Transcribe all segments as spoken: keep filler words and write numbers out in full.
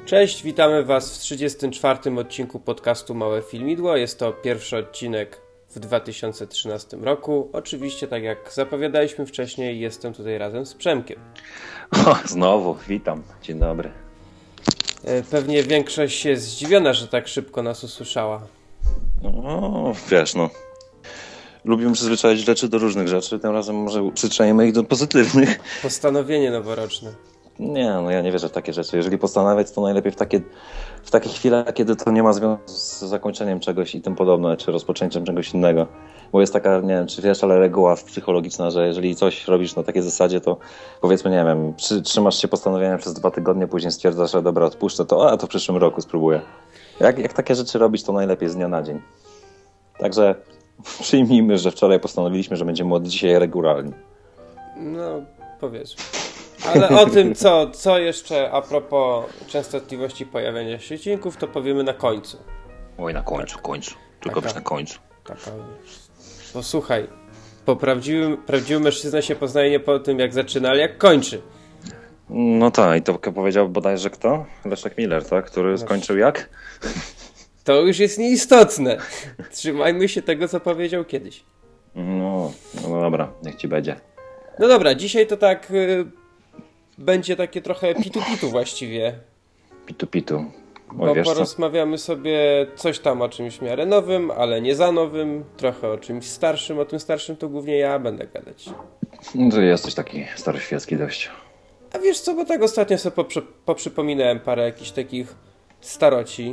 Cześć, witamy Was w trzydziestym czwartym odcinku podcastu Małe Filmidło. Jest to pierwszy odcinek w dwa tysiące trzynastym roku. Oczywiście, tak jak zapowiadaliśmy wcześniej, jestem tutaj razem z Przemkiem. O, znowu, witam. Dzień dobry. Pewnie większość jest zdziwiona, że tak szybko nas usłyszała. No, wiesz, no. Lubimy przyzwyczaić rzeczy do różnych rzeczy, tym razem może przyzwyczajemy ich do pozytywnych. Postanowienie noworoczne. Nie, no ja nie wierzę w takie rzeczy. Jeżeli postanawiać, to najlepiej w takie, w takich chwilach, kiedy to nie ma związku z zakończeniem czegoś i tym podobne, czy rozpoczęciem czegoś innego. Bo jest taka, nie wiem, czy wiesz, ale reguła psychologiczna, że jeżeli coś robisz na takiej zasadzie, to powiedzmy, nie wiem, przy, trzymasz się postanowienia przez dwa tygodnie, później stwierdzasz, że dobra, odpuszczę to, a to w przyszłym roku spróbuję. Jak, jak takie rzeczy robić, to najlepiej z dnia na dzień. Także przyjmijmy, że wczoraj postanowiliśmy, że będziemy od dzisiaj regularni. No, powiedzmy. Ale o tym, co, co jeszcze a propos częstotliwości pojawiania się odcinków, to powiemy na końcu. Oj, na końcu, tak. końcu. Tylko być na końcu. Taka, posłuchaj, po prawdziwym, prawdziwy mężczyzna się poznaje nie po tym, jak zaczyna, ale jak kończy. No tak, i to powiedział bodajże kto? Leszek Miller, tak? Który no. skończył jak? To już jest nieistotne. Trzymajmy się tego, co powiedział kiedyś. No, no dobra, niech ci będzie. No dobra, dzisiaj to tak y, będzie takie trochę pitu-pitu właściwie. Pitu-pitu. Bo porozmawiamy co? sobie coś tam o czymś w miarę nowym, ale nie za nowym, trochę o czymś starszym. O tym starszym to głównie ja będę gadać. Ty jesteś taki staroświecki dość. A wiesz co, bo tak ostatnio sobie poprzy- poprzypominałem parę jakichś takich staroci.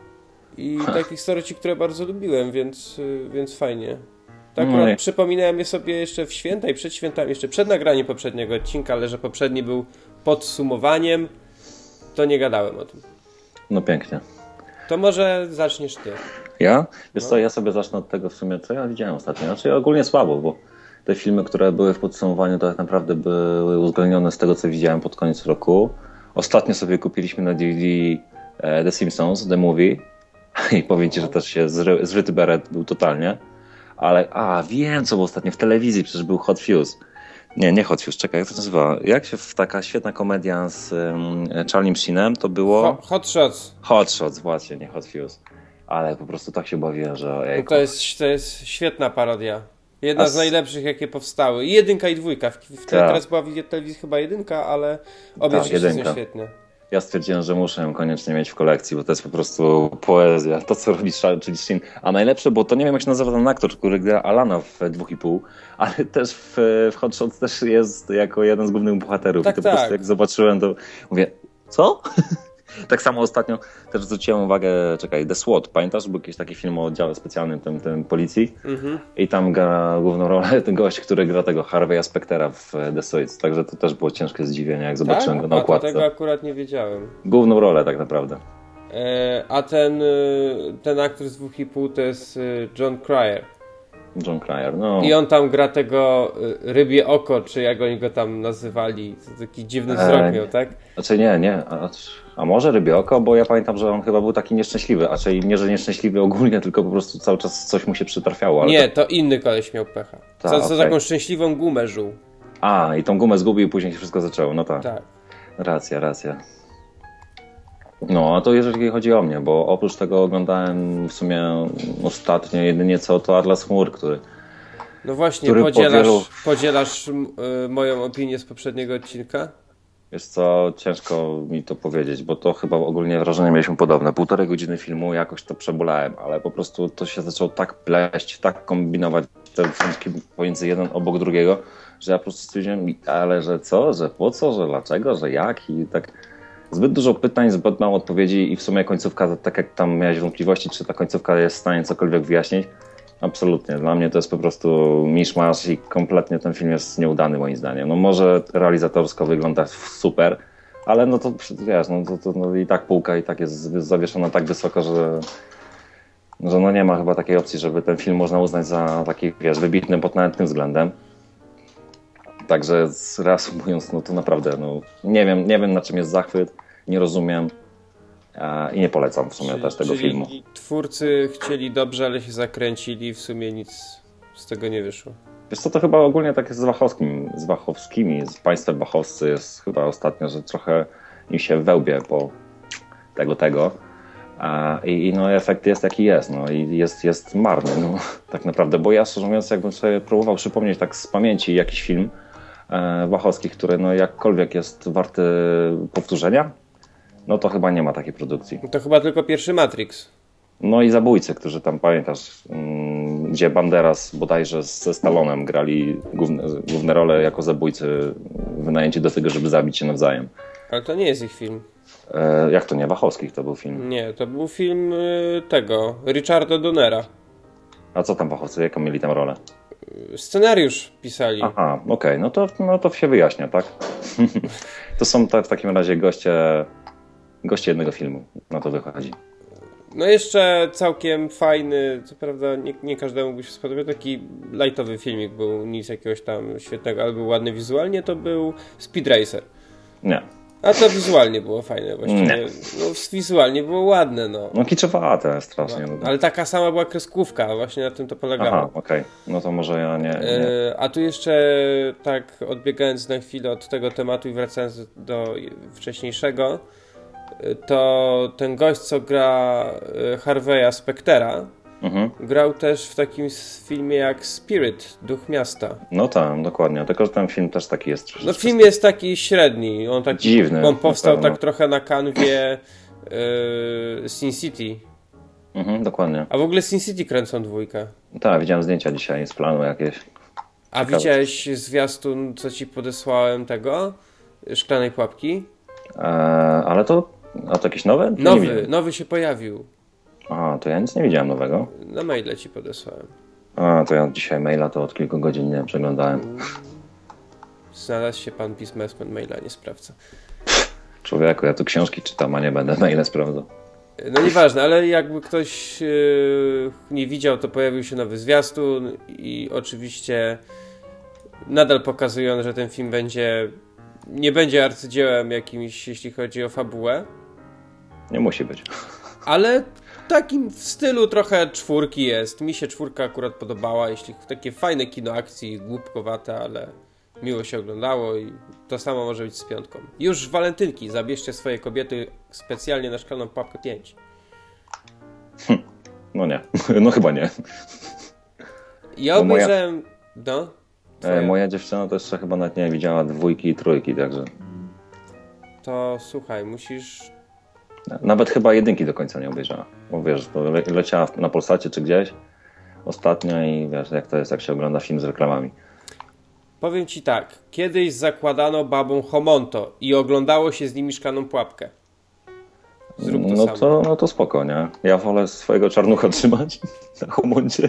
I ha. takich staroci, które bardzo lubiłem, więc, więc fajnie. Tak akurat no przypominałem je sobie jeszcze w święta i przed świętami, jeszcze przed nagraniem poprzedniego odcinka, ale że poprzedni był podsumowaniem, to nie gadałem o tym. No pięknie. To może zaczniesz ty. Ja? Wiesz no. co, ja sobie zacznę od tego w sumie, co ja widziałem ostatnio. Znaczy ogólnie słabo, bo te filmy, które były w podsumowaniu, to tak naprawdę były uwzględnione z tego, co widziałem pod koniec roku. Ostatnio sobie kupiliśmy na D V D The Simpsons, The Movie. I powiem ci, że też się zry, zryty beret był totalnie. Ale, a wiem co było ostatnio, w telewizji przecież był Hot Fuse. Nie, nie Hot Fuse, czekaj, jak to się nazywa? Jak się w taka świetna komedia z um, Charliem Sheenem, to było... Ho, hot Shots. Hot Shots, właśnie, nie Hot Fuse. Ale po prostu tak się bawiłem, że... No to, jest, to jest świetna parodia. Jedna a z najlepszych, jakie powstały. I jedynka, i dwójka. W, w teraz była w telewizji chyba jedynka, ale obie rzeczy są świetne. Ja stwierdziłem, że muszę ją koniecznie mieć w kolekcji, bo to jest po prostu poezja. To, co robi Charlie Sheen. A najlepsze, bo to nie wiem, jak się nazywa ten aktor, który gra Alana w dwóch i pół, ale też w, w Hot Shots też jest jako jeden z głównych bohaterów. Tak, I to tak. po prostu jak zobaczyłem, to mówię, co? Tak samo ostatnio też zwróciłem uwagę, czekaj, The SWAT, pamiętasz? Był jakiś taki film o oddziale specjalnym tym, tym policji mm-hmm. i tam gra główną rolę ten gość, który gra tego Harveya Spectera w The Suits, także to też było ciężkie zdziwienie, jak zobaczyłem tak? go na okładce. A tego akurat nie wiedziałem. Główną rolę tak naprawdę. E, a ten, ten aktor z dwóch i pół to jest John Cryer. John Cryer, no. I on tam gra tego rybie oko, czy jak oni go tam nazywali. Taki dziwny wzrok e, miał, tak? Znaczy nie, nie. A, a może rybie oko, bo ja pamiętam, że on chyba był taki nieszczęśliwy. A czyli nie, że nieszczęśliwy ogólnie, tylko po prostu cały czas coś mu się przytrafiało. Ale nie, to... to inny koleś miał pecha. Ta, co, co okay. taką szczęśliwą gumę żuł. A, i tą gumę zgubił i później się wszystko zaczęło. No tak. Tak. Racja, racja. No, a to jeżeli chodzi o mnie, bo oprócz tego oglądałem w sumie ostatnio jedynie co to Atlas Chmur, który... No właśnie, podzielasz, wielu... podzielasz y, moją opinię z poprzedniego odcinka? Wiesz co, ciężko mi to powiedzieć, bo to chyba ogólnie wrażenie mieliśmy podobne. Półtorej godziny filmu, jakoś to przebolałem, ale po prostu to się zaczęło tak pleść, tak kombinować te wątki pomiędzy jeden obok drugiego, że ja po prostu stwierdziłem, ale że co, że po co, że dlaczego, że jak i tak... Zbyt dużo pytań, zbyt mało odpowiedzi i w sumie końcówka, tak jak tam miałeś wątpliwości, czy ta końcówka jest w stanie cokolwiek wyjaśnić, absolutnie. Dla mnie to jest po prostu miszmasz i kompletnie ten film jest nieudany moim zdaniem. No może realizatorsko wygląda super, ale no to wiesz, no to, to no i tak półka i tak jest zawieszona tak wysoko, że, że no nie ma chyba takiej opcji, żeby ten film można uznać za taki, wiesz, wybitny pod nawet tym względem. Także reasumując, no to naprawdę, no nie wiem, nie wiem na czym jest zachwyt, nie rozumiem a, i nie polecam w sumie czyli, też tego czyli filmu. Twórcy chcieli dobrze, ale się zakręcili, w sumie nic z tego nie wyszło. Wiesz co, to chyba ogólnie tak jest z Wachowskim, z Wachowskimi, z państwem wachowscy jest chyba ostatnio, że trochę im się wełbie, bo tego, tego. A, i, i no efekt jest jaki jest, no i jest, jest marny, no tak naprawdę, bo ja szczerze mówiąc, jakbym sobie próbował przypomnieć tak z pamięci jakiś film e, Wachowski, który no jakkolwiek jest warty powtórzenia, no to chyba nie ma takiej produkcji. To chyba tylko pierwszy Matrix. No i Zabójcy, którzy tam, pamiętasz, mm, gdzie Banderas bodajże ze Stallonem grali główne, główne role jako zabójcy wynajęci do tego, żeby zabić się nawzajem. Ale to nie jest ich film. E, jak to nie? Wachowskich to był film. Nie, to był film y, tego, Richarda Donnera. A co tam Wachowcy? Jaką mieli tam rolę? Scenariusz pisali. Aha, okej, okay. no, to, no to się wyjaśnia, tak? To są ta, w takim razie goście, goście jednego filmu, no to wychodzi. No jeszcze całkiem fajny, co prawda nie, nie każdemu by się spodobał, taki lightowy filmik był, nic jakiegoś tam świetnego, ale był ładny wizualnie, to był Speed Racer. Nie. A to wizualnie było fajne właściwie. Nie. No, wizualnie było ładne, no. No kiczowate strasznie. No, ale taka sama była kreskówka, właśnie na tym to polegało. Aha, okej. Okay. No to może ja nie... nie. E, a tu jeszcze tak odbiegając na chwilę od tego tematu i wracając do wcześniejszego, to ten gość, co gra Harveya Spectera, mhm. grał też w takim filmie jak Spirit, Duch Miasta. No tak, dokładnie. Tylko, że ten film też taki jest. No film jest taki średni. On taki, dziwny. On powstał tak trochę na kanwie yy, Sin City. Mhm, dokładnie. A w ogóle Sin City kręcą dwójkę. Tak, widziałem zdjęcia dzisiaj z planu jakieś. A ciekawe. Widziałeś zwiastun, co ci podesłałem tego? Szklanej Pułapki? Eee, ale to... A to jakieś nowe? To nowy, nowy się pojawił. A, to ja nic nie widziałem nowego. Na maile ci podesłałem. A, to ja dzisiaj maila to od kilku godzin nie przeglądałem. Znalazł się pan biznesmen, maila nie sprawdza. Człowieku, ja tu książki czytam, a nie będę maile sprawdzał. No nieważne, ale jakby ktoś yy, nie widział, to pojawił się nowy zwiastun i oczywiście nadal pokazują, że ten film będzie nie będzie arcydziełem jakimś, jeśli chodzi o fabułę. Nie musi być. Ale takim w stylu trochę czwórki jest. Mi się czwórka akurat podobała, jeśli takie fajne kino akcji, głupkowate, ale miło się oglądało i to samo może być z piątką. Już w walentynki zabierzcie swoje kobiety specjalnie na Szklaną Pułapkę pięć. Hm, no nie, no chyba nie. Ja obejrzałem... Moja... No, e, moja dziewczyna to jeszcze chyba nawet nie widziała dwójki i trójki, także... To słuchaj, musisz... Nawet chyba jedynki do końca nie obejrzała. Bo wiesz, to le leciała na Polsacie czy gdzieś ostatnio i wiesz, jak to jest, jak się ogląda film z reklamami. Powiem ci tak, kiedyś zakładano babom homonto i oglądało się z nimi Szklaną Pułapkę. Zrób to no, samo. To, no to spoko, nie? Ja wolę swojego czarnucha trzymać na homoncie.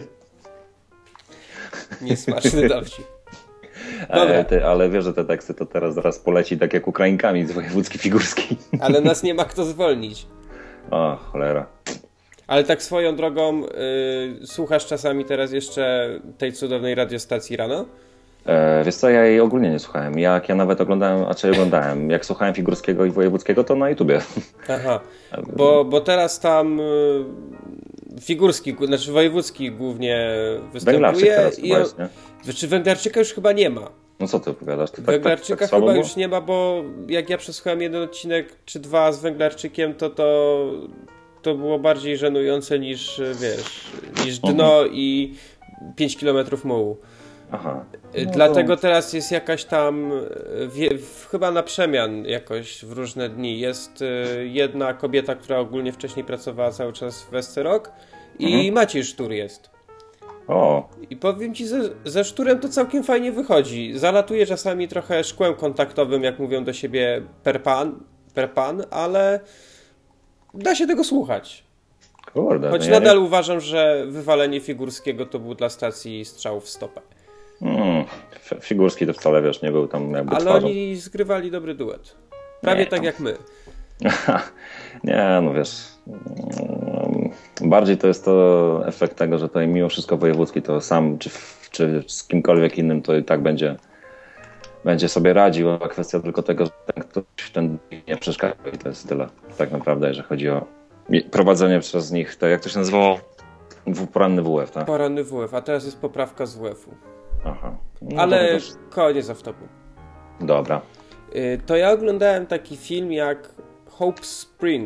Niesmaczny dowcip. Ale, ty, ale wiesz, że te teksty to teraz zaraz poleci tak jak Ukrainkami z wojewódzki figurski. Ale nas nie ma kto zwolnić. O, cholera. Ale tak swoją drogą, yy, słuchasz czasami teraz jeszcze tej cudownej radiostacji rano? E, wiesz co, ja jej ogólnie nie słuchałem. Jak ja nawet oglądałem, a czy oglądałem, jak słuchałem Figurskiego i Wojewódzkiego, to na YouTubie. Aha, bo, bo teraz tam yy, Figurski, znaczy Wojewódzki głównie występuje. Węglarczyk teraz i chyba jest, nie? Znaczy Węglarczyka już chyba nie ma. No co ty opowiadasz? To Węglarczyka tak, tak, tak chyba było? już nie ma, bo jak ja przesłuchałem jeden odcinek czy dwa z Węglarczykiem, to to, to było bardziej żenujące niż, wiesz, niż dno uh-huh. i pięć kilometrów mułu. Aha. No Dlatego to... teraz jest jakaś tam, wie, chyba na przemian jakoś w różne dni. Jest jedna kobieta, która ogólnie wcześniej pracowała cały czas w Westerok i mhm. Maciej Sztur jest. O. I powiem ci, ze, ze Szturem to całkiem fajnie wychodzi. Zalatuje czasami trochę szkłem kontaktowym, jak mówią do siebie per pan, per pan, ale da się tego słuchać. Kurde, Choć no nadal ja nie... uważam, że wywalenie Figurskiego to był dla stacji strzał w stopę. Hmm. Figurski to wcale, wiesz, nie był tam jakby Ale twarzą. oni zgrywali dobry duet. Prawie nie, tak jak my. Nie, no wiesz... Bardziej to jest to efekt tego, że tutaj mimo wszystko Wojewódzki to sam, czy, czy z kimkolwiek innym to i tak będzie, będzie sobie radził, a kwestia tylko tego, że ten ktoś ten nie przeszkadza i to jest tyle. Tak naprawdę, jeżeli chodzi o prowadzenie przez nich, to jak to się nazywało? Poranny W F, tak? Poranny W F, a teraz jest poprawka z W F-u. Aha. No Ale też... koniec off-topu. Dobra. To ja oglądałem taki film jak Hope Springs.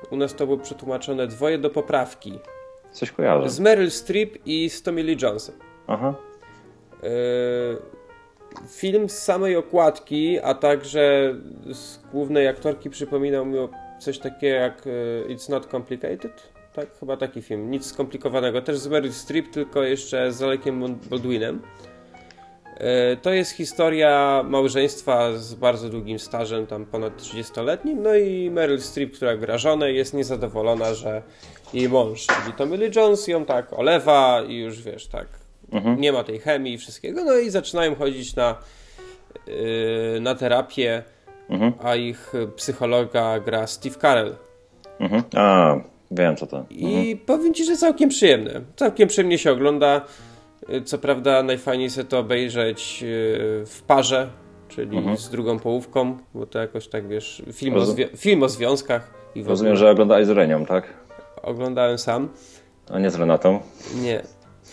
U nas to było przetłumaczone Dwoje do poprawki. Coś kojarzę. Z Meryl Streep i z Tommy Lee Jonesem. Aha. Yy, film z samej okładki, a także z głównej aktorki przypominał mi o coś takiego jak It's Not Complicated. Tak, chyba taki film. Nic skomplikowanego. Też z Meryl Streep, tylko jeszcze z Alekiem Baldwinem. To jest historia małżeństwa z bardzo długim stażem, tam ponad trzydziestoletnim, no i Meryl Streep, która gra żonę, jest niezadowolona, że jej mąż, czyli Tommy Lee Jones, ją tak olewa i już wiesz, tak, mhm. nie ma tej chemii i wszystkiego, no i zaczynają chodzić na, yy, na terapię, mhm. a ich psychologa gra Steve Carell. Mhm. A, wiem co to. Mhm. I powiem ci, że całkiem przyjemne. Całkiem przyjemnie się ogląda. Co prawda najfajniej sobie to obejrzeć w parze, czyli mhm. z drugą połówką, bo to jakoś tak, wiesz, film, Roz... o, zwi- film o związkach. I w Rozumiem, ogóle... że oglądałeś z Renią, tak? Oglądałem sam. A nie z Renatą? Nie.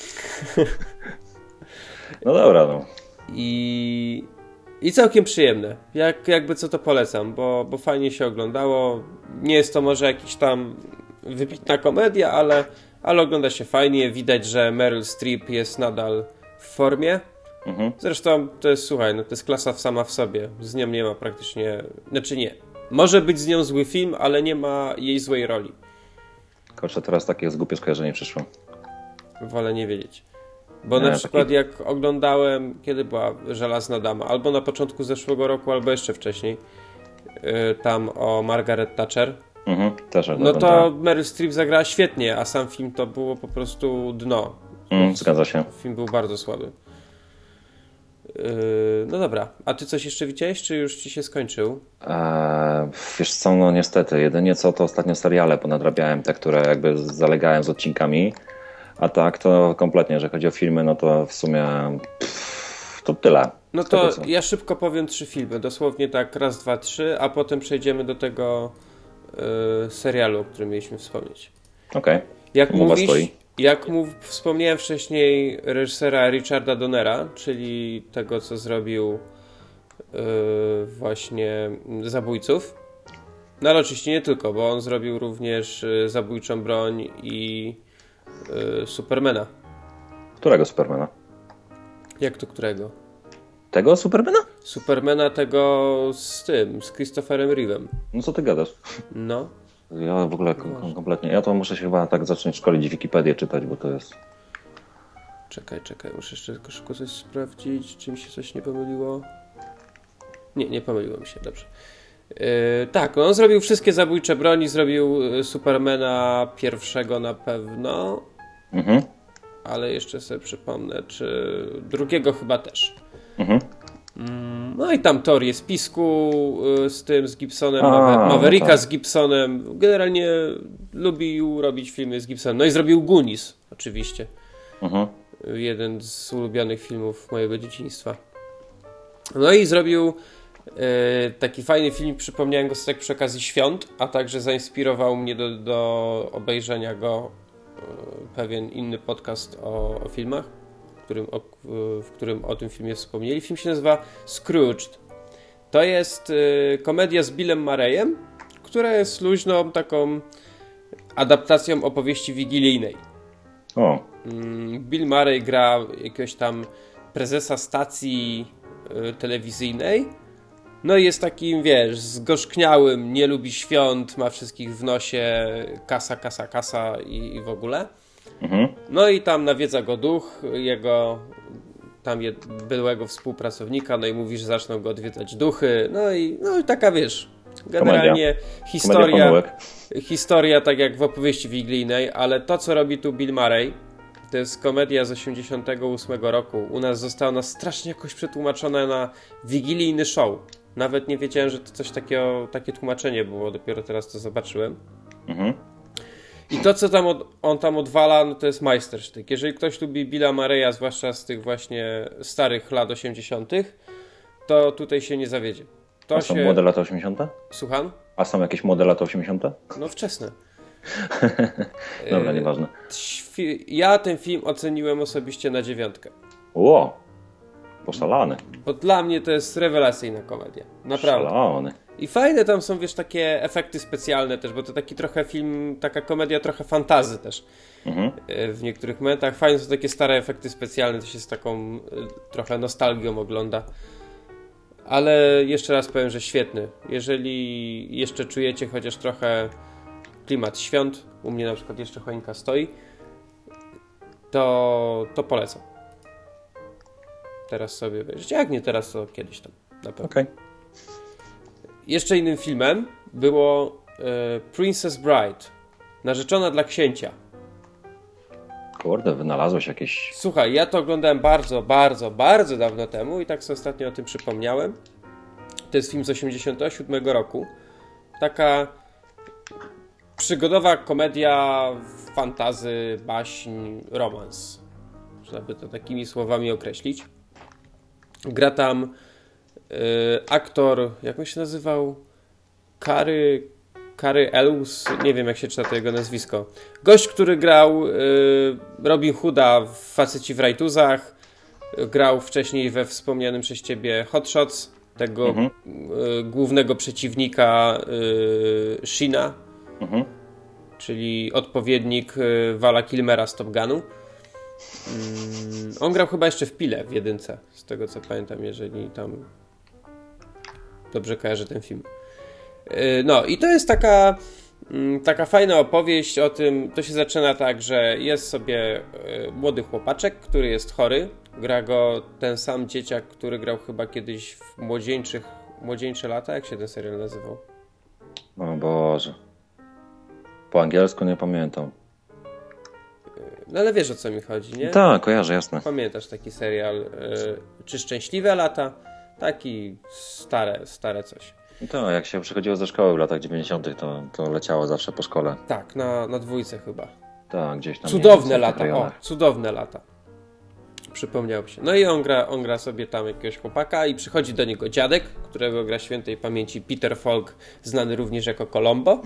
No dobra, no. I, i całkiem przyjemne. Jak, jakby co to polecam, bo, bo fajnie się oglądało. Nie jest to może jakiś tam wybitna komedia, ale ale ogląda się fajnie, widać, że Meryl Streep jest nadal w formie. Mhm. Zresztą to jest, słuchaj, no to jest klasa sama w sobie. Z nią nie ma praktycznie, znaczy nie. Może być z nią zły film, ale nie ma jej złej roli. Kurczę, teraz takie głupie skojarzenie przyszło. Wolę nie wiedzieć. Bo nie, na przykład taki... jak oglądałem, kiedy była Żelazna Dama, albo na początku zeszłego roku, albo jeszcze wcześniej, yy, tam o Margaret Thatcher. Mhm, też no to Meryl Streep zagrała świetnie, a sam film to było po prostu dno. Mm, zgadza się. Film był bardzo słaby. Yy, no dobra, a ty coś jeszcze widziałeś, czy już ci się skończył? Eee, wiesz co, no niestety, jedynie co to ostatnio seriale ponadrabiałem, te, które jakby zalegałem z odcinkami, a tak to kompletnie, jeżeli chodzi o filmy, no to w sumie pff, to tyle. No to tego, ja szybko powiem trzy filmy, dosłownie tak raz, dwa, trzy, a potem przejdziemy do tego yy, serialu, o którym mieliśmy wspomnieć. Okej. Okay. Jak mówisz, stoi. Jak mów, wspomniałem wcześniej reżysera Richarda Donnera, czyli tego, co zrobił yy, właśnie Zabójców. No ale oczywiście nie tylko, bo on zrobił również yy, Zabójczą broń i yy, Supermana. Którego Supermana? Jak to którego? Tego Supermana? Supermana tego z tym, z Christopherem Reeve'em. No co ty gadasz? No. Ja w ogóle kom- kompletnie. Ja to muszę się chyba tak zacząć szkolić Wikipedię czytać, bo to jest... Czekaj, czekaj, muszę jeszcze tylko szybko coś sprawdzić, czy mi się coś nie pomyliło. Nie, nie pomyliło mi się, dobrze. Yy, tak, no on zrobił wszystkie Zabójcze broni, zrobił Supermana pierwszego na pewno, mhm. ale jeszcze sobie przypomnę, czy drugiego chyba też. Mhm. No i tam teorię spisku z tym, z Gibsonem, A, Mavericka no tak. z Gibsonem. Generalnie lubił robić filmy z Gibsonem. No i zrobił Goonies, oczywiście. Uh-huh. Jeden z ulubionych filmów mojego dzieciństwa. No i zrobił e, taki fajny film, przypomniałem go tak przy okazji świąt, a także zainspirował mnie do, do obejrzenia go e, pewien inny podcast o, o filmach. W którym, o, w którym o tym filmie wspomnieli. Film się nazywa Scrooged. To jest y, komedia z Billem Murrayem, która jest luźną taką adaptacją opowieści wigilijnej. O. Mm, Bill Murray gra jakiegoś tam prezesa stacji y, telewizyjnej. No i jest takim, wiesz, zgorzkniałym, nie lubi świąt, ma wszystkich w nosie, kasa, kasa, kasa i, i w ogóle. Mhm. No i tam nawiedza go duch jego tam jed, byłego współpracownika, no i mówi, że zaczną go odwiedzać duchy, no i, no i taka, wiesz, generalnie Komedia. historia Komedia historia tak jak w opowieści wigilijnej, ale to, co robi tu Bill Murray, to jest komedia z osiemdziesiątego ósmego roku. U nas została ona strasznie jakoś przetłumaczona na wigilijny show. Nawet nie wiedziałem, że to coś takiego, takie tłumaczenie było, dopiero teraz to zobaczyłem. Mhm. I to, co tam od, on tam odwala, no to jest majstersztyk. Jeżeli ktoś lubi Billa Murraya, zwłaszcza z tych właśnie starych lat osiemdziesiątych, to tutaj się nie zawiedzie. To A są się... młode lata osiemdziesiąte? Słucham? A są jakieś młode lata osiemdziesiąte? No wczesne. Dobra, nieważne. Ja ten film oceniłem osobiście na dziewiątkę. Ło, poszalany. Bo dla mnie to jest rewelacyjna komedia. Naprawdę. Szalony. I fajne tam są, wiesz, takie efekty specjalne też, bo to taki trochę film, taka komedia trochę fantazy też. Mhm. W niektórych momentach fajne są takie stare efekty specjalne, to się z taką trochę nostalgią ogląda. Ale jeszcze raz powiem, że świetny. Jeżeli jeszcze czujecie chociaż trochę klimat świąt, u mnie na przykład jeszcze choinka stoi, to, to polecam. Teraz sobie wejrzeć. Jak nie teraz, to kiedyś tam. Na pewno. Okay. Jeszcze innym filmem było e, Princess Bride. Narzeczona dla księcia. Kurde, wynalazłeś jakieś... Słuchaj, ja to oglądałem bardzo, bardzo, bardzo dawno temu i tak sobie ostatnio o tym przypomniałem. To jest film z osiemdziesiątego siódmego roku. Taka przygodowa komedia, fantazy, baśń, romans. Można by to takimi słowami określić. Gra tam y, aktor, jak on się nazywał? Kary... Cary Elwes, nie wiem jak się czyta to jego nazwisko. Gość, który grał y, Robin Hooda w Faceci w rajtuzach, grał wcześniej we wspomnianym przez ciebie Hot Shots, tego mhm. y, głównego przeciwnika y, Sheena, mhm. czyli odpowiednik y, Vala Kilmera z Top Gunu. Y, on grał chyba jeszcze w Pile w jedynce, z tego co pamiętam, jeżeli tam dobrze kojarzę ten film. No i to jest taka, taka fajna opowieść o tym, to się zaczyna tak, że jest sobie młody chłopaczek, który jest chory, gra go ten sam dzieciak, który grał chyba kiedyś w młodzieńczych, młodzieńcze lata, jak się ten serial nazywał? O Boże, po angielsku nie pamiętam. No ale wiesz o co mi chodzi, nie? Tak, kojarzę, jasne. Pamiętasz taki serial, czy Szczęśliwe lata? Taki stare, stare coś. To, jak się przychodziło ze szkoły w latach dziewięćdziesiątych, to, to leciało zawsze po szkole. Tak, na, na dwójce chyba. Tak, gdzieś tam. Cudowne lata, o, cudowne lata. Przypomniał się. No i on gra, on gra sobie tam jakiegoś chłopaka i przychodzi do niego dziadek, którego gra świętej pamięci Peter Falk, znany również jako Colombo.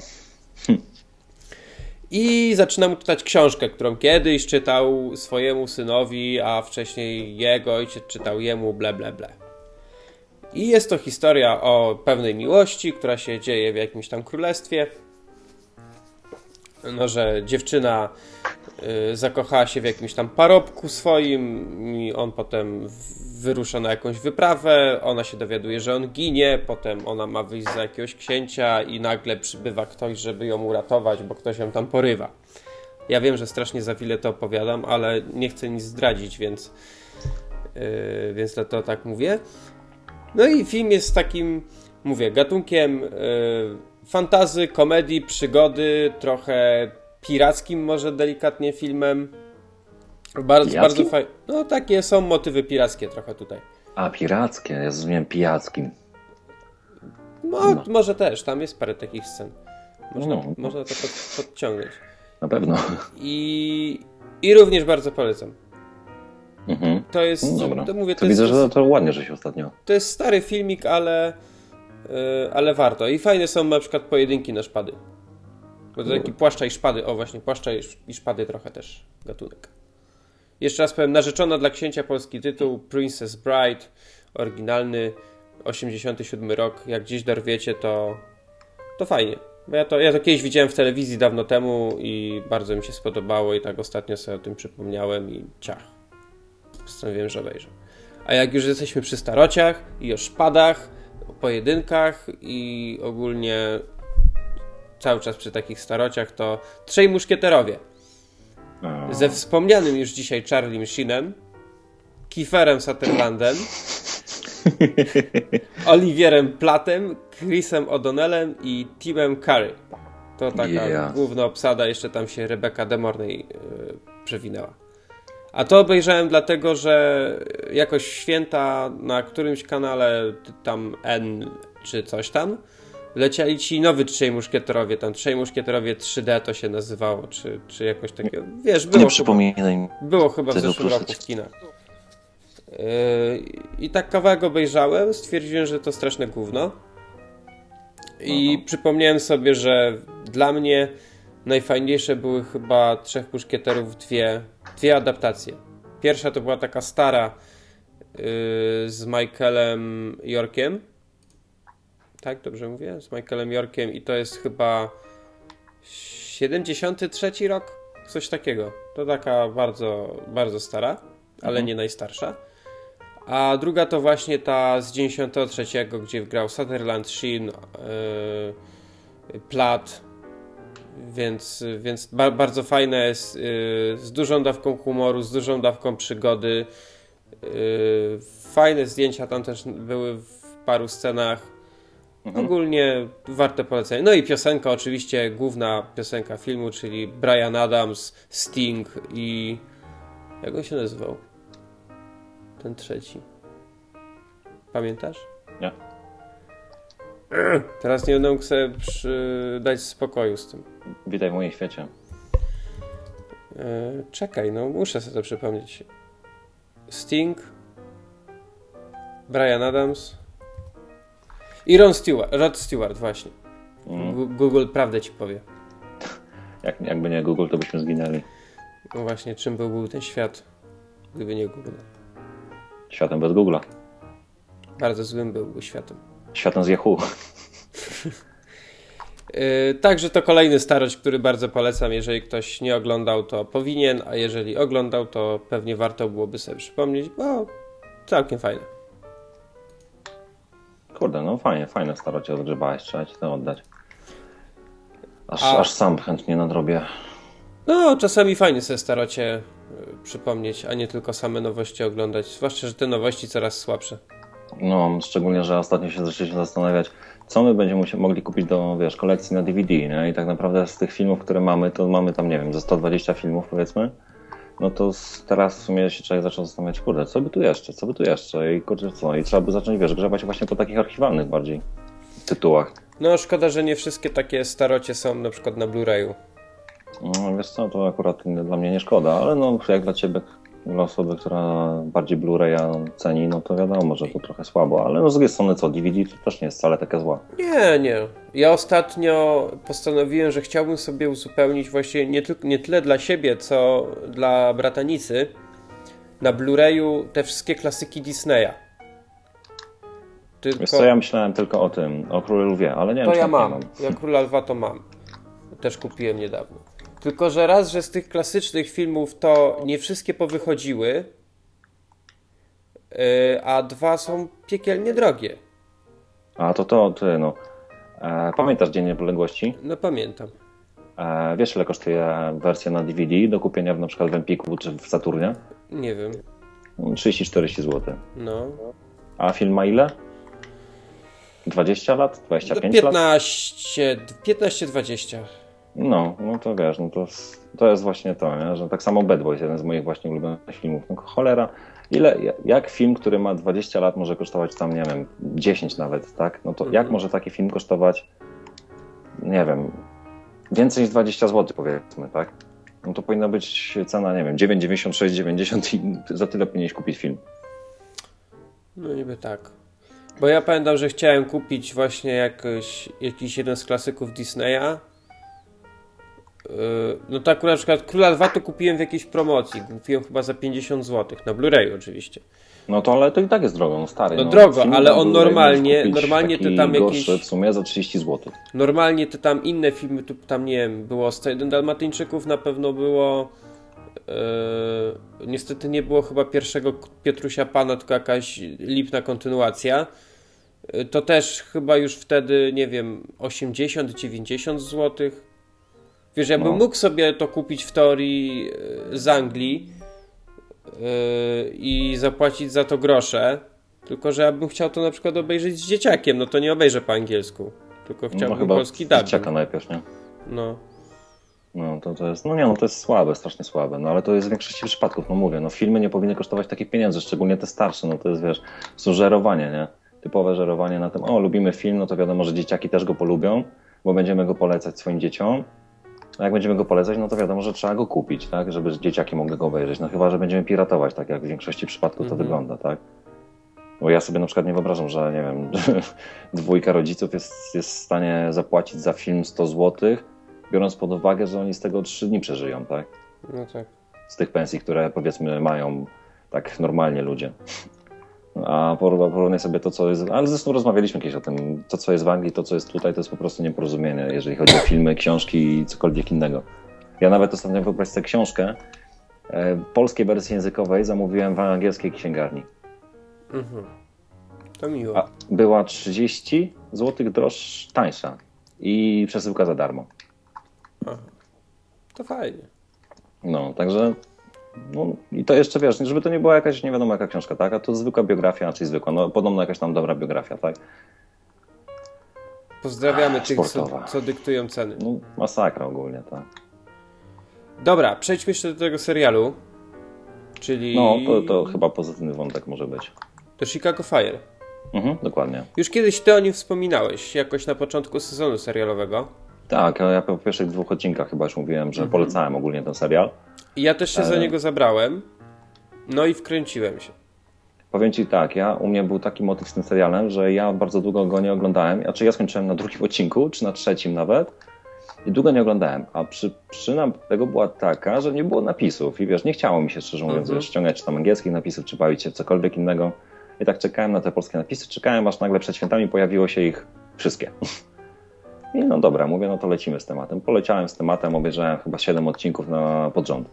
I zaczyna mu czytać książkę, którą kiedyś czytał swojemu synowi, a wcześniej jego ojciec czytał jemu, ble, ble, ble. I jest to historia o pewnej miłości, która się dzieje w jakimś tam królestwie. No, że dziewczyna y, zakochała się w jakimś tam parobku swoim i on potem wyrusza na jakąś wyprawę, ona się dowiaduje, że on ginie, potem ona ma wyjść za jakiegoś księcia i nagle przybywa ktoś, żeby ją uratować, bo ktoś ją tam porywa. Ja wiem, że strasznie za wiele to opowiadam, ale nie chcę nic zdradzić, więc, yy, więc to, to tak mówię. No i film jest takim, mówię, gatunkiem yy, fantazy, komedii, przygody, trochę pirackim może delikatnie filmem. Bardzo, bardzo fajnie. No takie są motywy pirackie trochę tutaj. A, pirackie, ja zrozumiałem pijackim. No, no, może też, tam jest parę takich scen. Można, no. można to pod, podciągnąć. Na pewno. I, i również bardzo polecam. Mhm. To jest, no dobra. to mówię, to, to jest, widzę, że to ładnie, że się ostatnio. To jest stary filmik, ale, yy, ale warto. I fajne są na przykład pojedynki na szpady. Bo to taki płaszcza i szpady. O właśnie, płaszcza i szpady trochę też gatunek. Jeszcze raz powiem, narzeczona dla księcia, polski tytuł, Princess Bride, oryginalny, osiemdziesiąty siódmy rok. Jak gdzieś dorwiecie, to, to fajnie. Bo ja to, ja to kiedyś widziałem w telewizji dawno temu i bardzo mi się spodobało i tak ostatnio sobie o tym przypomniałem i ciach. Postanowiłem, że obejrzę. A jak już jesteśmy przy starociach i o szpadach, o pojedynkach i ogólnie cały czas przy takich starociach, to Trzej Muszkieterowie. Ze wspomnianym już dzisiaj Charliem Sheenem, Kieferem Sutherlandem, Olivierem Plattem, Chrisem O'Donnellem i Timem Curry. To taka yeah. główna obsada, jeszcze tam się Rebecca De Mornay yy, przewinęła. A to obejrzałem dlatego, że jakoś święta na którymś kanale tam N czy coś tam lecieli ci nowy Trzej Muszkieterowie, tam Trzej Muszkieterowie trzy D to się nazywało, czy, czy jakoś takiego, wiesz, było nie przypominaj mi. Było chyba w zeszłym roku w kinach. Yy, I tak kawałek obejrzałem, stwierdziłem, że to straszne gówno. I Aha. przypomniałem sobie, że dla mnie najfajniejsze były chyba Trzech Muszkieterów dwie, dwie adaptacje. Pierwsza to była taka stara yy, z Michaelem Yorkiem. Tak, dobrze mówię? Z Michaelem Yorkiem i to jest chyba siedemdziesiąty trzeci rok? Coś takiego. To taka bardzo, bardzo stara, ale mhm. nie najstarsza. A druga to właśnie ta z dziewięćdziesiątego trzeciego, gdzie grał Sutherland, Sheen, yy, Platt, więc, więc ba- bardzo fajne jest, yy, z dużą dawką humoru, z dużą dawką przygody. Yy, fajne zdjęcia tam też były w paru scenach. Mhm. Ogólnie warte polecenia. No i piosenka oczywiście, główna piosenka filmu, czyli Bryan Adams, Sting i... jak on się nazywał? Ten trzeci. Pamiętasz? Nie. Teraz nie będę mógł sobie przy... dać spokoju z tym. Witaj w moim świecie. Eee, czekaj, no muszę sobie to przypomnieć. Sting, Bryan Adams i Ron Stewart, Rod Stewart właśnie. Mm. Google prawdę ci powie. Jak, jakby nie Google, to byśmy zginęli. No właśnie, czym byłby ten świat, gdyby nie Google? Światem bez Google'a. Bardzo złym byłby światem. Światem z Yahoo. Yy, także to kolejny starość, który bardzo polecam. Jeżeli ktoś nie oglądał, to powinien, a jeżeli oglądał, to pewnie warto byłoby sobie przypomnieć, bo całkiem fajne. Kurde, no fajnie, fajne starocie odgrzebałeś, trzeba ci to oddać. Aż, a... aż sam chętnie nadrobię. No, czasami fajnie sobie starocie przypomnieć, a nie tylko same nowości oglądać. Zwłaszcza, że te nowości coraz słabsze. No, szczególnie, że ostatnio się zaczęliśmy zastanawiać, co my będziemy mogli kupić do, wiesz, kolekcji na D V D, nie? I tak naprawdę z tych filmów, które mamy, to mamy tam, nie wiem, ze sto dwadzieścia filmów, powiedzmy. No to teraz w sumie się człowiek zaczął zastanawiać, kurde, co by tu jeszcze, co by tu jeszcze i kurde, co? I trzeba by zacząć, wiesz, grzebać właśnie po takich archiwalnych bardziej tytułach. No, szkoda, że nie wszystkie takie starocie są na przykład na Blu-rayu. No, wiesz co, to akurat dla mnie nie szkoda, ale no, jak dla ciebie, dla osoby, która bardziej Blu-raya ceni, no to wiadomo, że to trochę słabo, ale no z drugiej strony co, D V D to też nie jest wcale taka zła. Nie, nie. Ja ostatnio postanowiłem, że chciałbym sobie uzupełnić właśnie nie, ty- nie tyle dla siebie, co dla bratanicy na Blu-rayu te wszystkie klasyki Disneya. Tylko... Wiesz co, ja myślałem tylko o tym, o Królu Lwie, ale nie wiem, to czy ja mam. mam. Ja Króla Lwa to mam. Też kupiłem niedawno. Tylko, że raz, że z tych klasycznych filmów to nie wszystkie powychodziły, yy, a dwa są piekielnie drogie. A to to, ty no. E, pamiętasz Dzień Niepodległości? No pamiętam. E, wiesz, ile kosztuje wersja na D V D do kupienia w, na przykład w Empiku czy w Saturnie? Nie wiem. trzydzieści czterdzieści złotych. No. A film ma ile? dwadzieścia lat? dwadzieścia pięć piętnaście, lat? piętnaście dwadzieścia. No, no to wiesz, no to, to jest właśnie to, nie? Że tak samo Bad Boys, jeden z moich właśnie ulubionych filmów. No cholera, ile, jak film, który ma dwadzieścia lat może kosztować tam, nie wiem, dziesięć nawet, tak? No to mhm. jak może taki film kosztować, nie wiem, więcej niż dwadzieścia złotych powiedzmy, tak? No to powinna być cena, nie wiem, dziewięć dziewięćdziesiąt sześć dziewięćdziesiąt i za tyle powinieneś kupić film. No niby tak. Bo ja pamiętam, że chciałem kupić właśnie jakoś, jakiś jeden z klasyków Disneya. No to akurat na przykład Króla Lwa to kupiłem w jakiejś promocji. Kupiłem chyba za pięćdziesiąt złotych. Na Blu-rayu oczywiście. No to ale to i tak jest drogo, no stary. No, no drogo, ale on normalnie, normalnie te tam jakieś... w sumie za trzydzieści złotych. Normalnie te tam inne filmy, tu tam nie wiem, było sto jeden Dalmatyńczyków, na pewno było... Yy, niestety nie było chyba pierwszego Piotrusia Pana, tylko jakaś lipna kontynuacja. Yy, to też chyba już wtedy, nie wiem, osiemdziesiąt dziewięćdziesiąt złotych. Wiesz, ja bym no. mógł sobie to kupić w teorii z Anglii yy, i zapłacić za to grosze, tylko że ja bym chciał to na przykład obejrzeć z dzieciakiem, no to nie obejrzę po angielsku, tylko chciałbym no, polski dubbing. Dzieciaka najpierw, nie? No. No to, to jest, no nie, no to jest słabe, strasznie słabe, no ale to jest w większości przypadków, no mówię, no filmy nie powinny kosztować takich pieniędzy, szczególnie te starsze, no to jest, wiesz, żerowanie, nie? Typowe żerowanie na tym, o, lubimy film, no to wiadomo, że dzieciaki też go polubią, bo będziemy go polecać swoim dzieciom. A jak będziemy go polecać, no to wiadomo, że trzeba go kupić, tak? Żeby dzieciaki mogły go obejrzeć. No chyba, że będziemy piratować, tak jak w większości przypadków to mm-hmm. wygląda, tak? Bo ja sobie na przykład nie wyobrażam, że nie wiem, dwójka rodziców jest, jest w stanie zapłacić za film sto złotych, biorąc pod uwagę, że oni z tego trzy dni przeżyją, tak? No tak. Z tych pensji, które powiedzmy mają tak normalnie ludzie. No, A porównaj sobie to, co jest... Ale zresztą rozmawialiśmy kiedyś o tym. To, co jest w Anglii, to, co jest tutaj, to jest po prostu nieporozumienie, jeżeli chodzi o filmy, książki i cokolwiek innego. Ja nawet ostatnio, wyobraź sobie książkę, e, polskiej wersji językowej zamówiłem w angielskiej księgarni. Mhm. To miło. A była trzydzieści złotych droższa, tańsza i przesyłka za darmo. Aha. To fajnie. No, także no, i to jeszcze, wiesz, żeby to nie była jakaś nie wiadomo jaka książka, tak? A to zwykła biografia, czyli zwykła, no podobno jakaś tam dobra biografia, tak? Pozdrawiamy Ach, tych, co, sportowa. co dyktują ceny. No, masakra ogólnie, tak. Dobra, przejdźmy jeszcze do tego serialu, czyli... No, to, to chyba pozytywny wątek może być. To Chicago Fire. Mhm, dokładnie. Już kiedyś ty o nim wspominałeś, jakoś na początku sezonu serialowego. Tak, ja po pierwszych dwóch odcinkach chyba już mówiłem, że Mhm. polecałem ogólnie ten serial. I ja też się e... za niego zabrałem, no i wkręciłem się. Powiem ci tak, ja, u mnie był taki motyw z tym serialem, że ja bardzo długo go nie oglądałem. Znaczy ja skończyłem na drugim odcinku, czy na trzecim nawet. I długo nie oglądałem. A przy, przyczyna tego była taka, że nie było napisów. I wiesz, nie chciało mi się szczerze mówiąc Mhm. ściągać czy tam angielskich napisów, czy bawić się w cokolwiek innego. I tak czekałem na te polskie napisy, czekałem aż nagle przed świętami pojawiło się ich wszystkie. I no dobra, mówię, no to lecimy z tematem. Poleciałem z tematem, obejrzałem chyba siedem odcinków na pod rząd.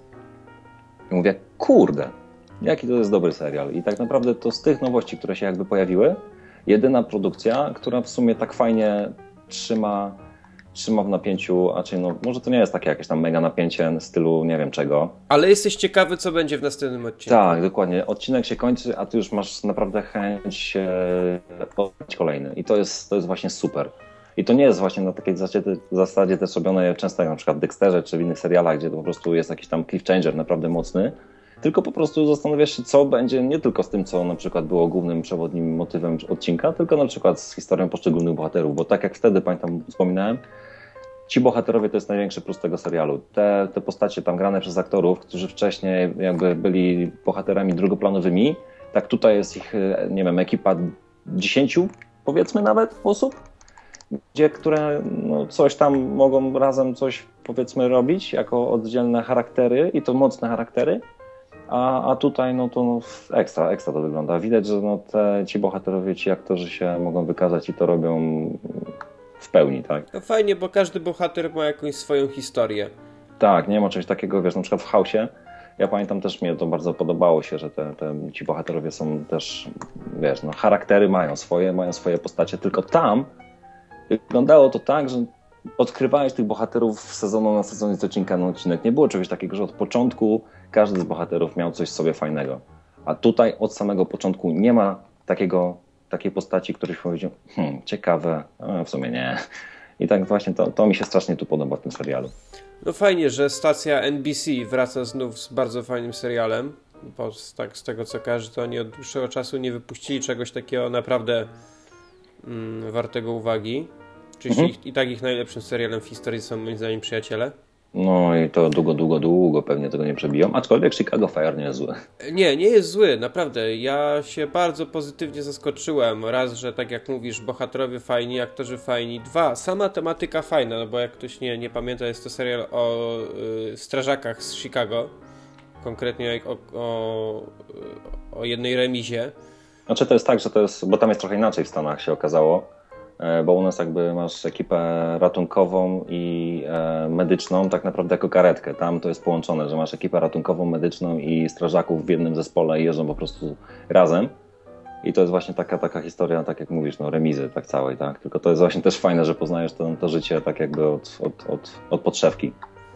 I mówię, kurde, jaki to jest dobry serial. I tak naprawdę to z tych nowości, które się jakby pojawiły, jedyna produkcja, która w sumie tak fajnie trzyma, trzyma w napięciu, a czyli no może to nie jest takie jakieś tam mega napięcie w stylu nie wiem czego. Ale jesteś ciekawy, co będzie w następnym odcinku. Tak, dokładnie. Odcinek się kończy, a ty już masz naprawdę chęć e, podać kolejny. I to jest, to jest właśnie super. I to nie jest właśnie na takiej zasadzie, zasadzie też robione często jak na przykład w Dexterze czy w innych serialach, gdzie to po prostu jest jakiś tam cliffhanger naprawdę mocny, tylko po prostu zastanawiasz się, co będzie nie tylko z tym, co na przykład było głównym przewodnim motywem odcinka, tylko na przykład z historią poszczególnych bohaterów, bo tak jak wtedy, pamiętam, wspominałem, ci bohaterowie to jest największy plus tego serialu. Te, te postacie tam grane przez aktorów, którzy wcześniej jakby byli bohaterami drugoplanowymi, tak tutaj jest ich, nie wiem, ekipa dziesięciu, powiedzmy nawet, osób, gdzie, które no, coś tam mogą razem coś, powiedzmy, robić jako oddzielne charaktery i to mocne charaktery, a, a tutaj no to no, ekstra, ekstra to wygląda. Widać, że no, te, ci bohaterowie, ci aktorzy się mogą wykazać i to robią w pełni, tak? No fajnie, bo każdy bohater ma jakąś swoją historię. Tak, nie ma czegoś takiego, wiesz, na przykład w House'ie, ja pamiętam też, mnie to bardzo podobało się, że te, te, ci bohaterowie są też, wiesz, no charaktery mają swoje, mają swoje postacie, tylko tam wyglądało to tak, że odkrywałeś tych bohaterów z sezonu na sezon, z odcinka na odcinek. Nie było czegoś takiego, że od początku każdy z bohaterów miał coś w sobie fajnego. A tutaj od samego początku nie ma takiego, takiej postaci, któryś powiedział, hmm, ciekawe, a w sumie nie. I tak właśnie to, to mi się strasznie tu podoba w tym serialu. No fajnie, że stacja N B C wraca znów z bardzo fajnym serialem, bo z, tak, z tego co kojarzę, to oni od dłuższego czasu nie wypuścili czegoś takiego naprawdę mm, wartego uwagi. Oczywiście mhm. ich, i tak ich najlepszym serialem w historii są moim zdaniem Przyjaciele. No i to długo, długo, długo pewnie tego nie przebiją, aczkolwiek Chicago Fire nie jest zły. Nie, nie jest zły, naprawdę. Ja się bardzo pozytywnie zaskoczyłem. Raz, że tak jak mówisz, bohaterowie fajni, aktorzy fajni. Dwa, sama tematyka fajna, no bo jak ktoś nie, nie pamięta, jest to serial o y, strażakach z Chicago. Konkretnie o, o, o jednej remizie. Znaczy to jest tak, że to jest, bo tam jest trochę inaczej w Stanach się okazało. Bo u nas jakby masz ekipę ratunkową i e, medyczną tak naprawdę jako karetkę. Tam to jest połączone, że masz ekipę ratunkową, medyczną i strażaków w jednym zespole i jeżdżą po prostu razem. I to jest właśnie taka, taka historia, tak jak mówisz, no remizy tak całej, tak? Tylko to jest właśnie też fajne, że poznajesz to, to życie tak jakby od, od, od, od podszewki.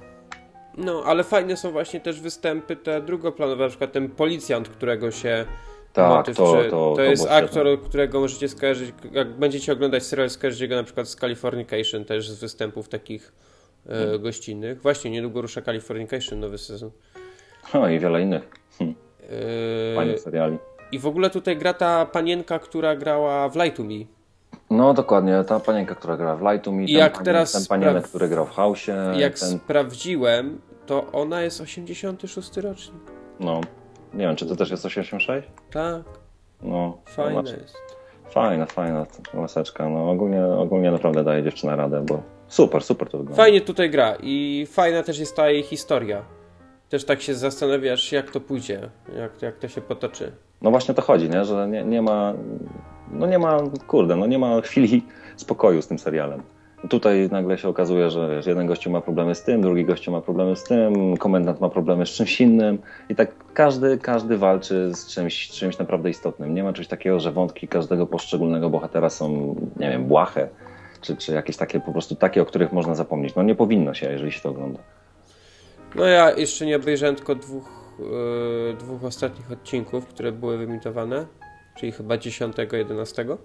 No, ale fajne są właśnie też występy te drugoplanowe, na przykład ten policjant, którego się... Tak, motyw, to, to, to, to jest było aktor, świetne. Którego możecie skojarzyć, jak będziecie oglądać serial, skojarzycie go na przykład z Californication, też z występów takich hmm. e, gościnnych. Właśnie, niedługo rusza Californication, nowy sezon. No i wiele innych hm. e, fajnych seriali. I w ogóle tutaj gra ta panienka, która grała w Lie to Me. No dokładnie, ta panienka, która gra w Lie to Me, I ten, jak pan, teraz ten panienek, który grał w House'ie. Jak ten... sprawdziłem, to ona jest osiemdziesiąty szósty rocznik. No, nie wiem, czy to też jest osiemdziesiąt sześć? Tak. No, fajna znaczy, jest. Fajna, fajna laseczka. No, ogólnie, ogólnie naprawdę daje dziewczyna radę, bo super, super to wygląda. Fajnie tutaj gra i fajna też jest ta jej historia. Też tak się zastanawiasz, jak to pójdzie, jak, jak to się potoczy. No właśnie to chodzi, nie? Że nie, nie ma, no nie ma, kurde, no nie ma chwili spokoju z tym serialem. Tutaj nagle się okazuje, że wiesz, jeden gościu ma problemy z tym, drugi gościu ma problemy z tym, komendant ma problemy z czymś innym i tak każdy, każdy walczy z czymś, czymś naprawdę istotnym. Nie ma czegoś takiego, że wątki każdego poszczególnego bohatera są, nie wiem, błahe, czy, czy jakieś takie po prostu takie, o których można zapomnieć. No nie powinno się, jeżeli się to ogląda. No ja jeszcze nie obejrzałem tylko dwóch, yy, dwóch ostatnich odcinków, które były wyemitowane, czyli chyba dziesiątego, jedenastego.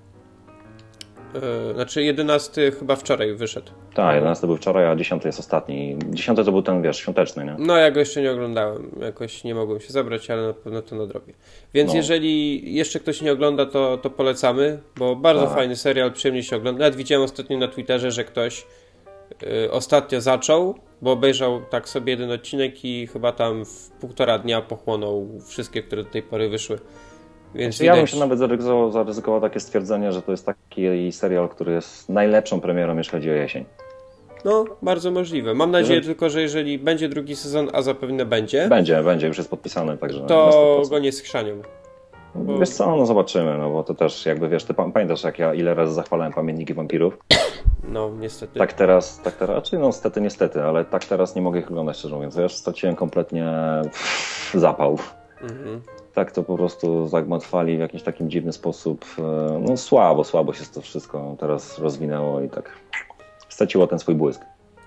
Yy, znaczy jedenasty chyba wczoraj wyszedł. Tak, jedenasty był wczoraj, a dziesiąty jest ostatni. dziesiąty to był ten, wiesz, świąteczny, nie? No ja go jeszcze nie oglądałem, jakoś nie mogłem się zabrać, ale na pewno to nadrobię. Więc no. Jeżeli jeszcze ktoś nie ogląda, to, to polecamy, bo bardzo tak. Fajny serial, przyjemnie się ogląda. Nawet widziałem ostatnio na Twitterze, że ktoś yy, ostatnio zaczął, bo obejrzał tak sobie jeden odcinek i chyba tam w półtora dnia pochłonął wszystkie, które do tej pory wyszły. Więc znaczy, ja bym się nawet zaryzykował, zaryzykował takie stwierdzenie, że to jest taki serial, który jest najlepszą premierą, jeśli chodzi o jesień. No, bardzo możliwe. Mam nadzieję jeżeli... tylko, że jeżeli będzie drugi sezon, a zapewne będzie. Będzie, będzie, już jest podpisany, także... To go nie schrzanią. Bo... Wiesz co, no zobaczymy, no bo to też jakby, wiesz, ty pamiętasz, jak ja ile razy zachwalałem Pamiętniki Wampirów? No, niestety. Tak teraz, tak teraz, czy no niestety, niestety, ale tak teraz nie mogę ich oglądać, szczerze mówiąc. Ja już straciłem kompletnie zapał. Mhm. Tak to po prostu zagmatwali w jakiś takim dziwny sposób. No słabo, słabo się to wszystko teraz rozwinęło i tak straciło ten swój błysk.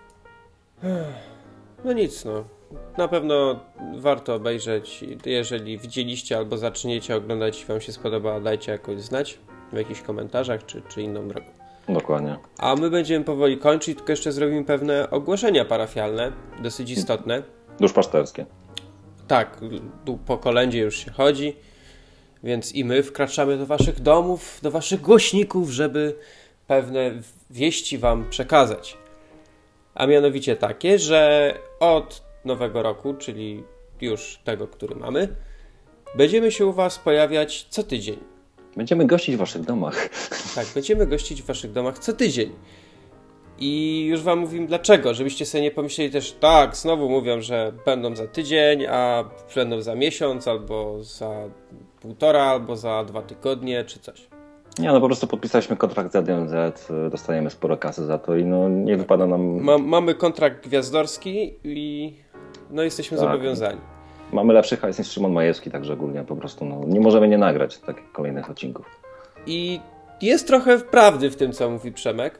No nic, no. Na pewno warto obejrzeć. Jeżeli widzieliście albo zaczniecie oglądać i wam się spodoba, dajcie jakoś znać w jakichś komentarzach czy, czy inną drogą. Dokładnie. A my będziemy powoli kończyć, tylko jeszcze zrobimy pewne ogłoszenia parafialne, dosyć istotne. Duszpasterskie. Tak, po kolędzie już się chodzi, więc i my wkraczamy do waszych domów, do waszych głośników, żeby pewne wieści wam przekazać. A mianowicie takie, że od nowego roku, czyli już tego, który mamy, będziemy się u was pojawiać co tydzień. Będziemy gościć w waszych domach. Tak, będziemy gościć w waszych domach co tydzień. I już wam mówimy dlaczego, żebyście sobie nie pomyśleli też, tak, znowu mówią, że będą za tydzień, a będą za miesiąc, albo za półtora, albo za dwa tygodnie, czy coś. Nie, no po prostu podpisaliśmy kontrakt z R D M Z, dostajemy sporo kasy za to i no nie wypada nam... Ma, mamy kontrakt gwiazdorski i no jesteśmy tak zobowiązani. Mamy lepszy hajs niż Szymon Majewski, także ogólnie po prostu no, nie możemy nie nagrać takich kolejnych odcinków. I jest trochę prawdy w tym, co mówi Przemek,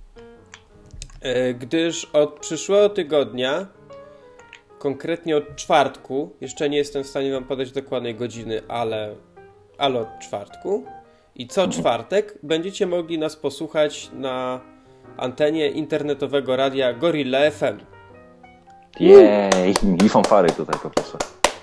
gdyż od przyszłego tygodnia, konkretnie od czwartku, jeszcze nie jestem w stanie wam podać dokładnej godziny, ale, ale od czwartku i co czwartek będziecie mogli nas posłuchać na antenie internetowego radia Gorilla F M. Jej, i fanfary tutaj poproszę.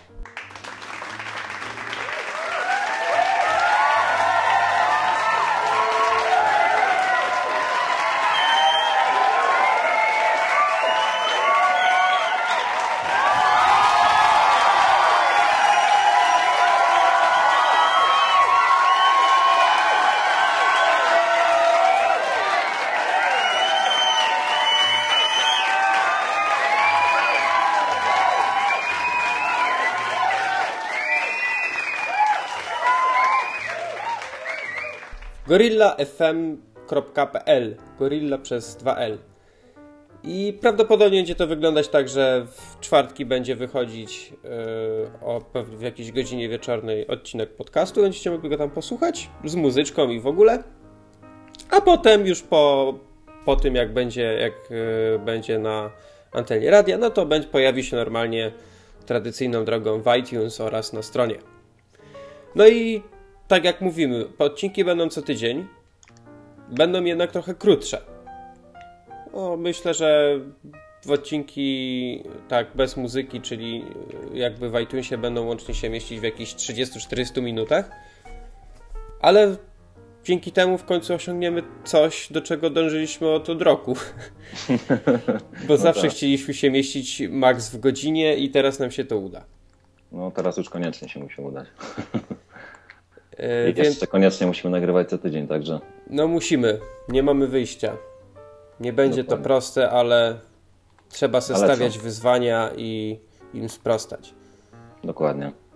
gorilla f m kropka p l Gorilla przez dwa L. I prawdopodobnie będzie to wyglądać tak, że w czwartki będzie wychodzić yy, o w jakiejś godzinie wieczornej odcinek podcastu. Będziecie mogli go tam posłuchać z muzyczką i w ogóle. A potem już po, po tym jak będzie jak yy, będzie na antenie radia, no to będzie, pojawi się normalnie tradycyjną drogą w iTunes oraz na stronie. No i tak jak mówimy, odcinki będą co tydzień. Będą jednak trochę krótsze. O, myślę, że w odcinki tak bez muzyki, czyli jakby w iTunesie będą łącznie się mieścić w jakichś trzydziestu czterdziestu minutach. Ale dzięki temu w końcu osiągniemy coś, do czego dążyliśmy od, od roku. Bo no zawsze tak. Chcieliśmy się mieścić maks w godzinie i teraz nam się to uda. No teraz już koniecznie się musi udać. Yy, I więc... jeszcze koniecznie musimy nagrywać co tydzień, także... No musimy, nie mamy wyjścia. Nie będzie Dokładnie. To proste, ale trzeba sobie ale stawiać co? wyzwania i im sprostać. Dokładnie.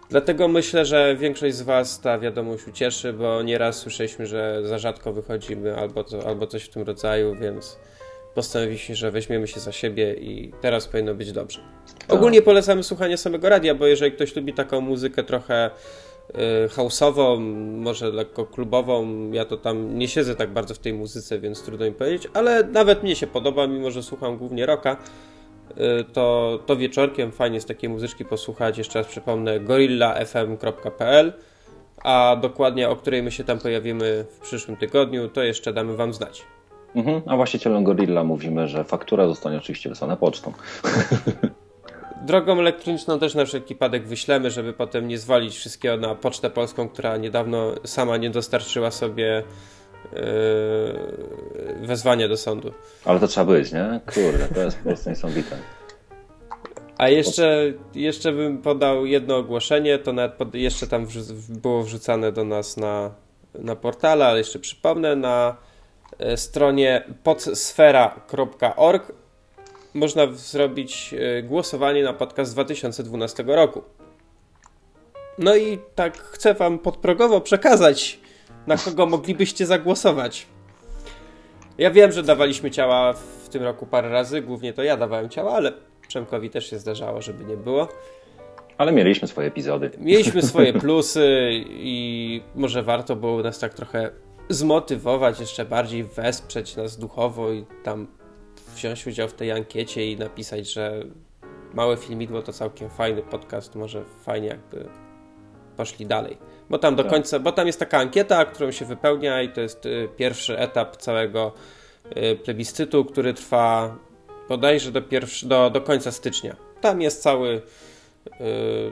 Dlatego myślę, że większość z was ta wiadomość ucieszy, bo nieraz słyszeliśmy, że za rzadko wychodzimy albo, to, albo coś w tym rodzaju, więc postanowiliśmy, że weźmiemy się za siebie i teraz powinno być dobrze. Tak. Ogólnie polecamy słuchanie samego radia, bo jeżeli ktoś lubi taką muzykę trochę y, house'ową, może lekko klubową, ja to tam nie siedzę tak bardzo w tej muzyce, więc trudno mi powiedzieć, ale nawet mnie się podoba, mimo że słucham głównie rocka, y, to, to wieczorkiem fajnie z takiej muzyczki posłuchać. Jeszcze raz przypomnę gorilla f m kropka p l, a dokładnie o której my się tam pojawimy w przyszłym tygodniu, to jeszcze damy wam znać. Mhm, a właścicielom Gorilla mówimy, że faktura zostanie oczywiście wysłana pocztą. Drogą elektroniczną też na wszelki wypadek wyślemy, żeby potem nie zwalić wszystkiego na Pocztę Polską, która niedawno sama nie dostarczyła sobie yy, wezwania do sądu. Ale to trzeba być, nie? Kurde, to jest po prostu niesamowite. A jeszcze, jeszcze bym podał jedno ogłoszenie, to nawet pod, jeszcze tam wrzu- było wrzucane do nas na, na portale, ale jeszcze przypomnę, na stronie podsfera kropka org można zrobić głosowanie na podcast z dwa tysiące dwunastego roku. No i tak chcę wam podprogowo przekazać, na kogo moglibyście zagłosować. Ja wiem, że dawaliśmy ciała w tym roku parę razy, głównie to ja dawałem ciała, ale Przemkowi też się zdarzało, żeby nie było. Ale mieliśmy swoje epizody. Mieliśmy swoje plusy i może warto było nas tak trochę zmotywować, jeszcze bardziej wesprzeć nas duchowo i tam wziąć udział w tej ankiecie i napisać, że Małe Filmidło to całkiem fajny podcast, może fajnie jakby poszli dalej. Bo tam do końca, bo tam jest taka ankieta, którą się wypełnia i to jest pierwszy etap całego plebiscytu, który trwa bodajże do, pierwszy, do, do końca stycznia. Tam jest cały yy,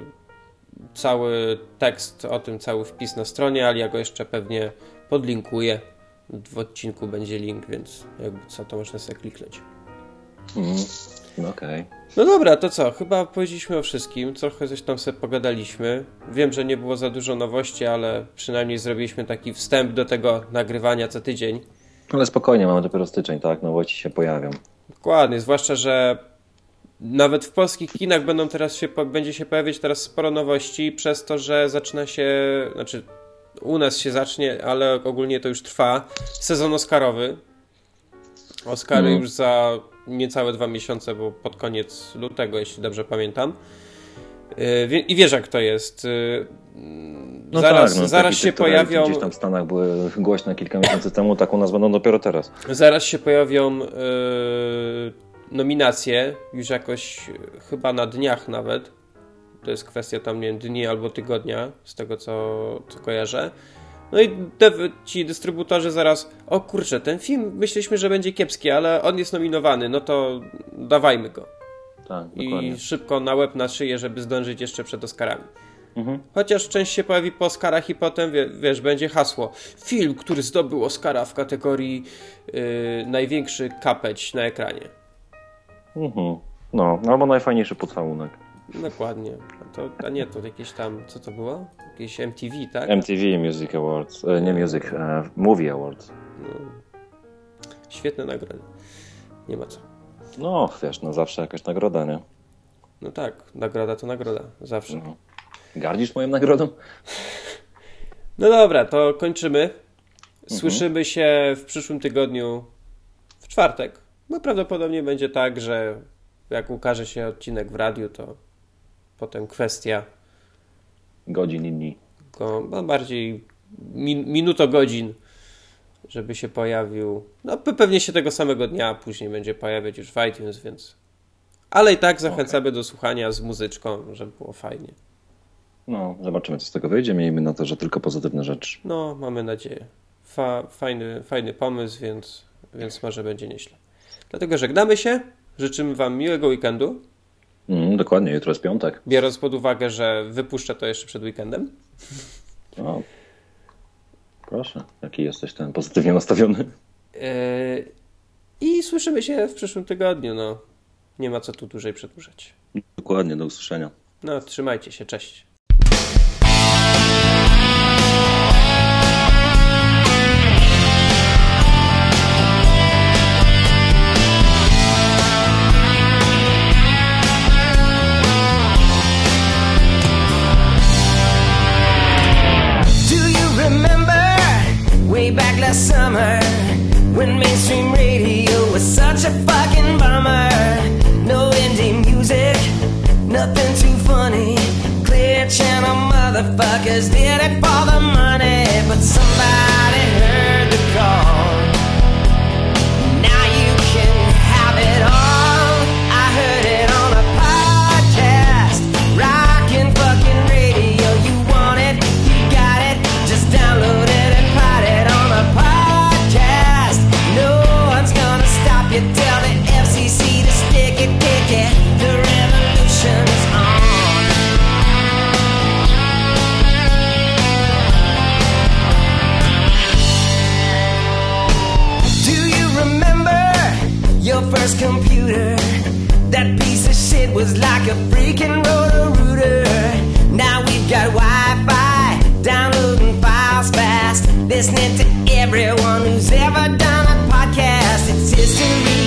cały tekst o tym, cały wpis na stronie, ale ja go jeszcze pewnie podlinkuję. W odcinku będzie link, więc jakby co, to można sobie kliknąć. Mm, okej. Okay. No dobra, to co? Chyba powiedzieliśmy o wszystkim. Trochę coś tam sobie pogadaliśmy. Wiem, że nie było za dużo nowości, ale przynajmniej zrobiliśmy taki wstęp do tego nagrywania co tydzień. Ale spokojnie, mamy dopiero styczeń, tak? Nowości się pojawią. Dokładnie, zwłaszcza, że nawet w polskich kinach będą teraz się, będzie się pojawiać teraz sporo nowości, przez to, że zaczyna się, znaczy u nas się zacznie, ale ogólnie to już trwa, sezon oscarowy. Oscary mm. już za niecałe dwa miesiące, bo pod koniec lutego, jeśli dobrze pamiętam. I wiesz, jak to jest. No zaraz tak, no, zaraz się pojawią. Gdzieś tam w Stanach były głośne kilka miesięcy temu, tak u nas będą dopiero teraz. Zaraz się pojawią yy, nominacje, już jakoś chyba na dniach nawet. To jest kwestia tam, nie wiem, dni albo tygodnia, z tego co, co kojarzę. No i te, ci dystrybutorzy zaraz, o kurczę, ten film myśleliśmy, że będzie kiepski, ale on jest nominowany, no to dawajmy go. Tak, dokładnie. I szybko na łeb, na szyję, żeby zdążyć jeszcze przed Oscarami. Mhm. Chociaż część się pojawi po Oscarach i potem, wie, wiesz, będzie hasło. Film, który zdobył Oscara w kategorii yy, największy kapeć na ekranie. Mhm. No, albo najfajniejszy pocałunek. Dokładnie. A, to, a nie, to jakieś tam, co to było? Jakieś M T V, tak? M T V Music Awards, e, nie Music, e, Movie Awards. No. Świetne nagrody. Nie ma co. No, wiesz, no zawsze jakaś nagroda, nie? No tak, nagroda to nagroda. Zawsze. Mhm. Gardzisz moją nagrodą? No dobra, to kończymy. Słyszymy mhm. się w przyszłym tygodniu w czwartek. Bo prawdopodobnie będzie tak, że jak ukaże się odcinek w radiu, to potem kwestia godzin i dni. Go, no bardziej min, minutogodzin, żeby się pojawił. No pewnie się tego samego dnia później będzie pojawiać już w iTunes, więc ale i tak zachęcamy okay. do słuchania z muzyczką, żeby było fajnie. No, zobaczymy, co z tego wyjdzie. Miejmy na to, że tylko pozytywne rzeczy. No, mamy nadzieję. Fa, fajny, fajny pomysł, więc, więc może będzie nieźle. Dlatego żegnamy się. Życzymy wam miłego weekendu. Mm, dokładnie, jutro jest piątek. Biorąc pod uwagę, że wypuszczę to jeszcze przed weekendem. O, proszę, jaki jesteś ten pozytywnie nastawiony. Yy, I słyszymy się w przyszłym tygodniu. No, nie ma co tu dłużej przedłużać. Dokładnie, do usłyszenia. No, trzymajcie się, cześć. summer when mainstream radio was such a fucking bummer. No indie music, nothing too funny. Clear channel motherfuckers did it for the money, but somebody heard the call. Now you can have it all. I heard it on a podcast, rockin' fucking radio. You want it, you got it, just download it and pod it on a podcast. No one's gonna stop you, tell the F C C to stick it, kick it. The revolution's on. Your first computer, that piece of shit was like a freaking Roto-Rooter. Now we've got Wi-Fi, downloading files fast, listening to everyone who's ever done a podcast. It's history.